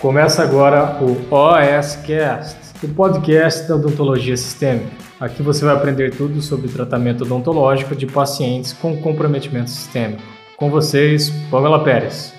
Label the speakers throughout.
Speaker 1: Começa agora o OSCast, o podcast da odontologia sistêmica. Aqui você vai aprender tudo sobre tratamento odontológico de pacientes com comprometimento sistêmico. Com vocês, Pamela Pérez.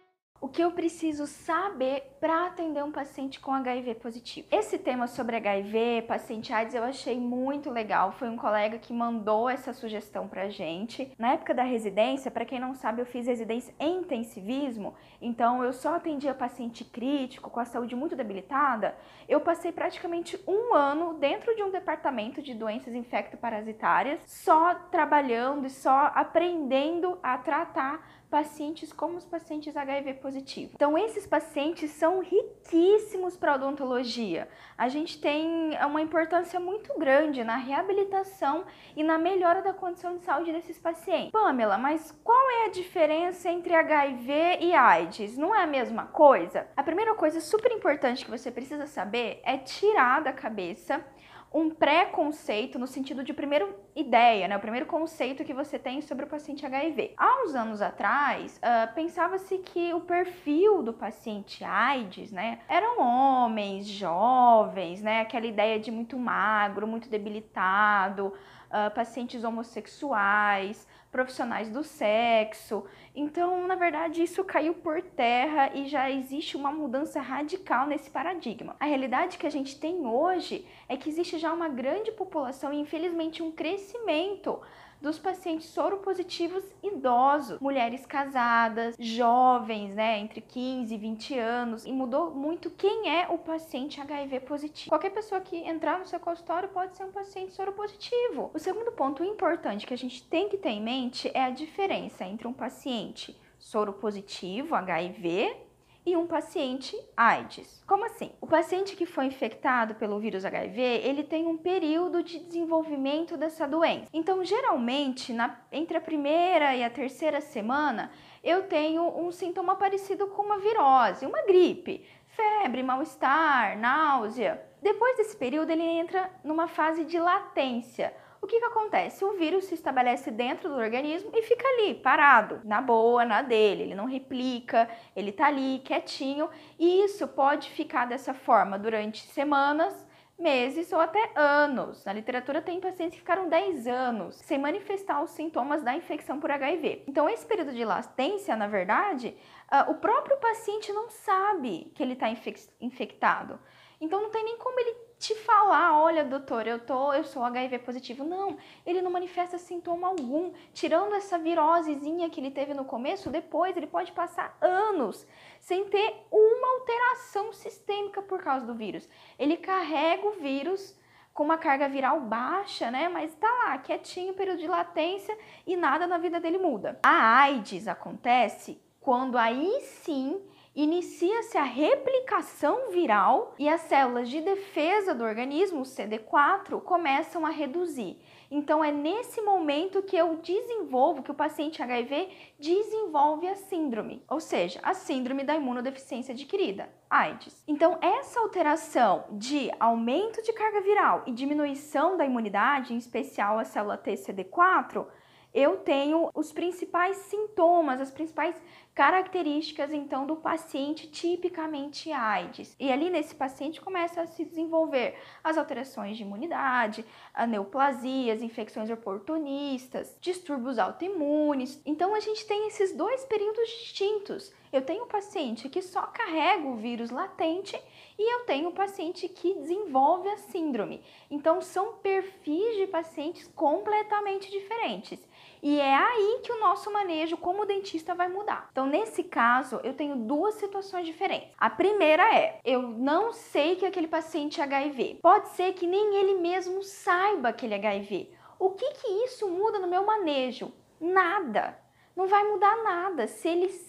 Speaker 2: O que eu preciso saber para atender um paciente com HIV positivo? Esse tema sobre HIV, paciente AIDS, eu achei muito legal. Foi um colega que mandou essa sugestão pra gente. Na época da residência, para quem não sabe, eu fiz residência em intensivismo, então eu só atendia paciente crítico, com a saúde muito debilitada. Eu passei praticamente um ano dentro de um departamento de doenças infecto-parasitárias, só trabalhando e só aprendendo a tratar pacientes como os pacientes HIV positivo. Então esses pacientes são riquíssimos para a odontologia. A gente tem uma importância muito grande na reabilitação e na melhora da condição de saúde desses pacientes. Pamela, mas qual é a diferença entre HIV e AIDS? Não é a mesma coisa? A primeira coisa super importante que você precisa saber é tirar da cabeça um pré-conceito no sentido de primeira ideia, né? O primeiro conceito que você tem sobre o paciente HIV. Há uns anos atrás, pensava-se que o perfil do paciente AIDS, né, eram homens, jovens, né? Aquela ideia de muito magro, muito debilitado, pacientes homossexuais, profissionais do sexo. Então, na verdade, isso caiu por terra e já existe uma mudança radical nesse paradigma. A realidade que a gente tem hoje é que existe já uma grande população e, infelizmente, um crescimento dos pacientes soropositivos idosos, mulheres casadas, jovens, né, entre 15 e 20 anos, e mudou muito quem é o paciente HIV positivo. Qualquer pessoa que entrar no seu consultório pode ser um paciente soropositivo. O segundo ponto importante que a gente tem que ter em mente é a diferença entre um paciente soropositivo, HIV, e um paciente AIDS. Como assim? O paciente que foi infectado pelo vírus HIV, ele tem um período de desenvolvimento dessa doença. Então, geralmente, entre a primeira e a terceira semana, eu tenho um sintoma parecido com uma virose, uma gripe, febre, mal-estar, náusea. Depois desse período, ele entra numa fase de latência. O que acontece? O vírus se estabelece dentro do organismo e fica ali, parado, na boa, na dele. Ele não replica, ele tá ali, quietinho. E isso pode ficar dessa forma durante semanas, meses ou até anos. Na literatura tem pacientes que ficaram 10 anos sem manifestar os sintomas da infecção por HIV. Então, esse período de latência, na verdade, o próprio paciente não sabe que ele está infectado. Então, não tem nem como ele te falar, olha, doutor, eu sou HIV positivo. Não, ele não manifesta sintoma algum. Tirando essa virosezinha que ele teve no começo, depois ele pode passar anos sem ter uma alteração sistêmica por causa do vírus. Ele carrega o vírus com uma carga viral baixa, né? Mas tá lá, quietinho, período de latência e nada na vida dele muda. A AIDS acontece quando aí sim inicia-se a replicação viral e as células de defesa do organismo, o CD4, começam a reduzir. Então é nesse momento que que o paciente HIV desenvolve a síndrome, ou seja, a síndrome da imunodeficiência adquirida, AIDS. Então essa alteração de aumento de carga viral e diminuição da imunidade, em especial a célula TCD4, eu tenho os principais sintomas, as principais características, então, do paciente tipicamente AIDS. E ali nesse paciente começa a se desenvolver as alterações de imunidade, a neoplasias, infecções oportunistas, distúrbios autoimunes. Então, a gente tem esses dois períodos distintos. Eu tenho o paciente que só carrega o vírus latente e eu tenho o paciente que desenvolve a síndrome. Então, são perfis de pacientes completamente diferentes. E é aí que o nosso manejo como dentista vai mudar. Então, nesse caso, eu tenho duas situações diferentes. A primeira é, eu não sei que aquele paciente é HIV. Pode ser que nem ele mesmo saiba que ele é HIV. O que isso muda no meu manejo? Nada. Não vai mudar nada. Se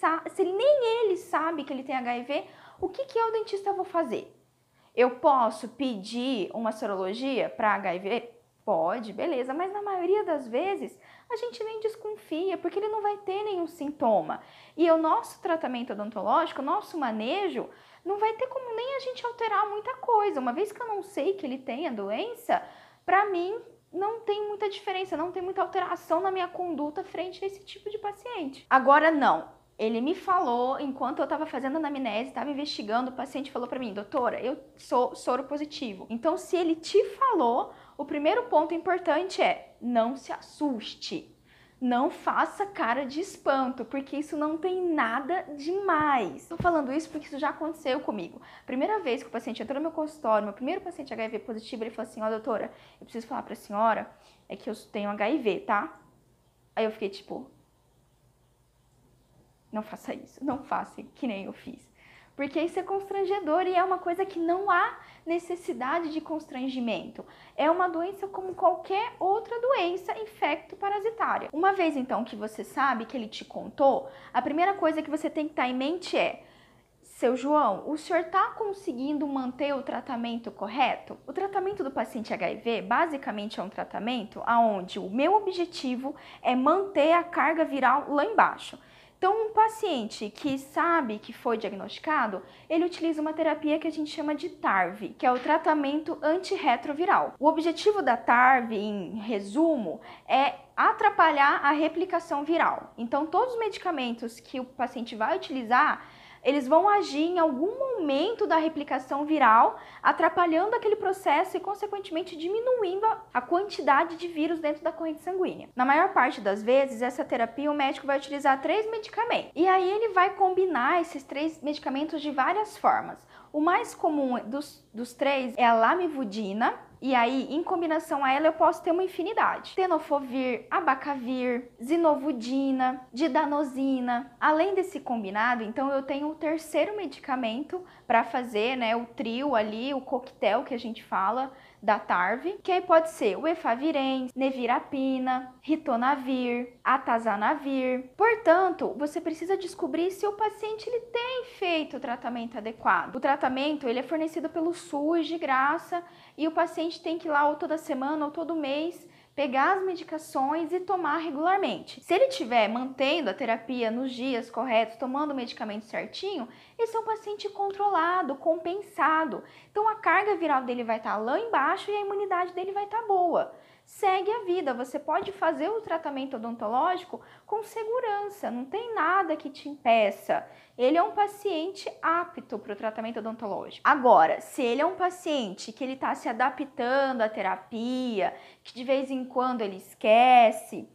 Speaker 2: nem ele sabe que ele tem HIV, o que eu, dentista, vou fazer? Eu posso pedir uma sorologia para HIV? Pode, beleza, mas na maioria das vezes a gente nem desconfia, porque ele não vai ter nenhum sintoma. E o nosso tratamento odontológico, o nosso manejo, não vai ter como nem a gente alterar muita coisa. Uma vez que eu não sei que ele tem a doença, para mim não tem muita diferença, não tem muita alteração na minha conduta frente a esse tipo de paciente. Agora não. Ele me falou, enquanto eu estava fazendo anamnese, estava investigando, o paciente falou para mim, doutora, eu sou soro positivo. Então, se ele te falou, o primeiro ponto importante é não se assuste. Não faça cara de espanto, porque isso não tem nada demais. Estou falando isso porque isso já aconteceu comigo. Primeira vez que o paciente entrou no meu consultório, meu primeiro paciente HIV positivo, ele falou assim, ó, doutora, eu preciso falar para a senhora, é que eu tenho HIV, tá? Aí eu fiquei tipo, não faça isso, não faça que nem eu fiz. Porque isso é constrangedor e é uma coisa que não há necessidade de constrangimento. É uma doença como qualquer outra doença infecto-parasitária. Uma vez então que você sabe que ele te contou, a primeira coisa que você tem que estar em mente é: seu João, o senhor está conseguindo manter o tratamento correto? O tratamento do paciente HIV basicamente é um tratamento onde o meu objetivo é manter a carga viral lá embaixo. Então, um paciente que sabe que foi diagnosticado, ele utiliza uma terapia que a gente chama de TARV, que é o tratamento antirretroviral. O objetivo da TARV, em resumo, é atrapalhar a replicação viral. Então, todos os medicamentos que o paciente vai utilizar, eles vão agir em algum momento da replicação viral, atrapalhando aquele processo e, consequentemente, diminuindo a quantidade de vírus dentro da corrente sanguínea. Na maior parte das vezes, essa terapia, o médico vai utilizar 3 medicamentos. E aí ele vai combinar esses 3 medicamentos de várias formas. O mais comum dos 3 é a lamivudina, e aí, em combinação a ela, eu posso ter uma infinidade. Tenofovir, abacavir, zinovudina, didanosina. Além desse combinado, então, eu tenho o terceiro medicamento para fazer, né, o trio ali, o coquetel que a gente fala da TARV, que aí pode ser o efavirenz, nevirapina, ritonavir, atazanavir. Portanto, você precisa descobrir se o paciente ele tem feito o tratamento adequado. O tratamento ele é fornecido pelo SUS de graça e o paciente tem que ir lá ou toda semana ou todo mês pegar as medicações e tomar regularmente. Se ele estiver mantendo a terapia nos dias corretos, tomando o medicamento certinho, esse é um paciente controlado, compensado. Então a carga viral dele vai estar lá embaixo e a imunidade dele vai estar boa. Segue a vida, você pode fazer o tratamento odontológico com segurança, não tem nada que te impeça. Ele é um paciente apto para o tratamento odontológico. Agora, se ele é um paciente que ele está se adaptando à terapia, que de vez em quando ele esquece,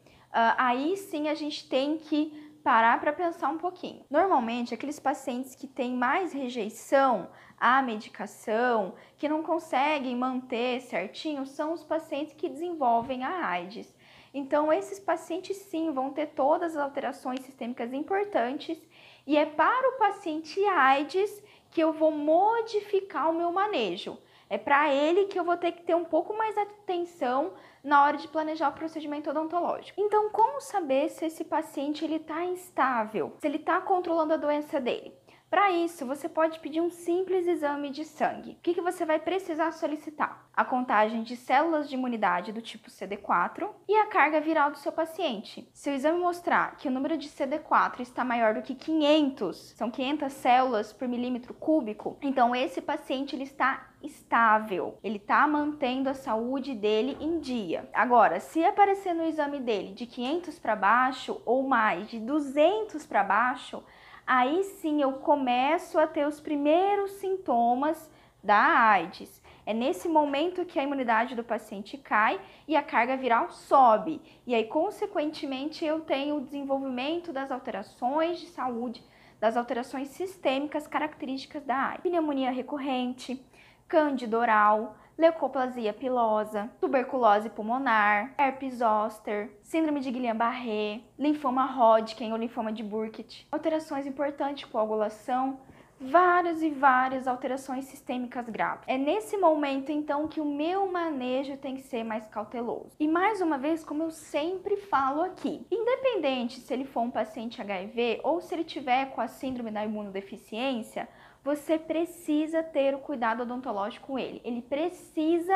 Speaker 2: aí sim a gente tem que parar para pensar um pouquinho. Normalmente, aqueles pacientes que têm mais rejeição à medicação, que não conseguem manter certinho, são os pacientes que desenvolvem a AIDS. Então, esses pacientes sim vão ter todas as alterações sistêmicas importantes e é para o paciente AIDS que eu vou modificar o meu manejo. É para ele que eu vou ter que ter um pouco mais de atenção na hora de planejar o procedimento odontológico. Então, como saber se esse paciente está instável, se ele está controlando a doença dele? Para isso, você pode pedir um simples exame de sangue. O que você vai precisar solicitar? A contagem de células de imunidade do tipo CD4 e a carga viral do seu paciente. Se o exame mostrar que o número de CD4 está maior do que 500, são 500 células por milímetro cúbico, então esse paciente ele está estável, ele está mantendo a saúde dele em dia. Agora, se aparecer no exame dele de 500 para baixo ou mais, de 200 para baixo, aí sim eu começo a ter os primeiros sintomas da AIDS. É nesse momento que a imunidade do paciente cai e a carga viral sobe. E aí, consequentemente, eu tenho o desenvolvimento das alterações de saúde, das alterações sistêmicas características da AIDS. Pneumonia recorrente, cândida oral, leucoplasia pilosa, tuberculose pulmonar, herpes zoster, síndrome de Guillain-Barré, linfoma Hodgkin ou linfoma de Burkitt, alterações importantes, coagulação, várias e várias alterações sistêmicas graves. É nesse momento, então, que o meu manejo tem que ser mais cauteloso. E mais uma vez, como eu sempre falo aqui, independente se ele for um paciente HIV ou se ele tiver com a síndrome da imunodeficiência, você precisa ter o cuidado odontológico com ele. Ele precisa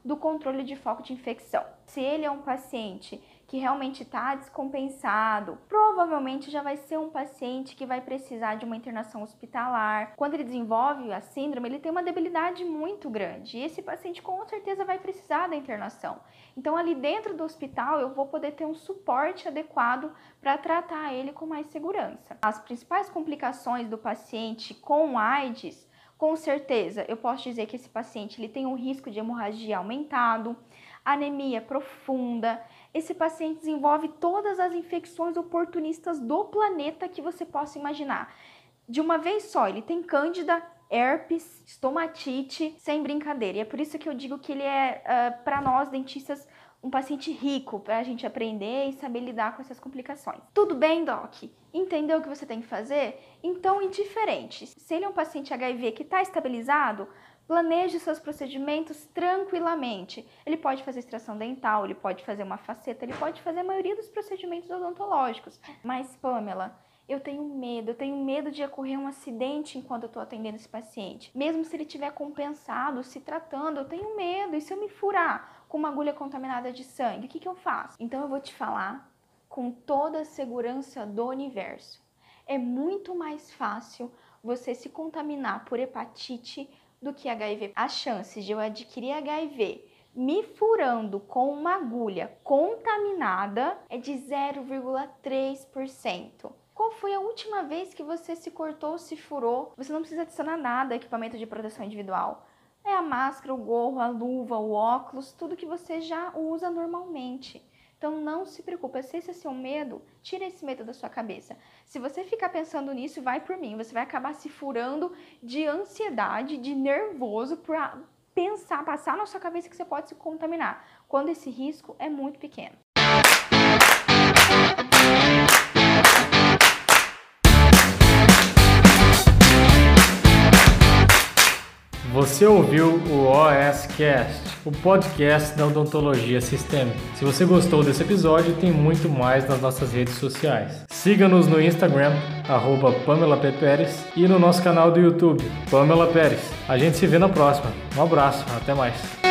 Speaker 2: do controle de foco de infecção. Se ele é um paciente que realmente está descompensado, provavelmente já vai ser um paciente que vai precisar de uma internação hospitalar. Quando ele desenvolve a síndrome, ele tem uma debilidade muito grande e esse paciente com certeza vai precisar da internação. Então ali dentro do hospital eu vou poder ter um suporte adequado para tratar ele com mais segurança. As principais complicações do paciente com AIDS, com certeza, eu posso dizer que esse paciente ele tem um risco de hemorragia aumentado, anemia profunda. Esse paciente desenvolve todas as infecções oportunistas do planeta que você possa imaginar. De uma vez só, ele tem cândida, herpes, estomatite, sem brincadeira. E é por isso que eu digo que ele é, para nós dentistas, um paciente rico para a gente aprender e saber lidar com essas complicações. Tudo bem, Doc? Entendeu o que você tem que fazer? Então, indiferente. Se ele é um paciente HIV que está estabilizado, planeje seus procedimentos tranquilamente. Ele pode fazer extração dental, ele pode fazer uma faceta, ele pode fazer a maioria dos procedimentos odontológicos. Mas, Pamela, eu tenho medo de ocorrer um acidente enquanto eu estou atendendo esse paciente. Mesmo se ele estiver compensado, se tratando, eu tenho medo. E se eu me furar com uma agulha contaminada de sangue, o que eu faço? Então eu vou te falar com toda a segurança do universo. É muito mais fácil você se contaminar por hepatite do que HIV. As chances de eu adquirir HIV me furando com uma agulha contaminada é de 0,3%. Qual foi a última vez que você se cortou ou se furou? Você não precisa adicionar nada a equipamento de proteção individual. É a máscara, o gorro, a luva, o óculos, tudo que você já usa normalmente. Então não se preocupe, se esse é seu medo, tira esse medo da sua cabeça. Se você ficar pensando nisso, vai por mim, você vai acabar se furando de ansiedade, de nervoso, por passar na sua cabeça que você pode se contaminar, quando esse risco é muito pequeno.
Speaker 1: Você ouviu o OSCast, o podcast da odontologia sistêmica. Se você gostou desse episódio, tem muito mais nas nossas redes sociais. Siga-nos no Instagram, @PamelaPPeres, e no nosso canal do YouTube, Pamela Pérez. A gente se vê na próxima. Um abraço, até mais.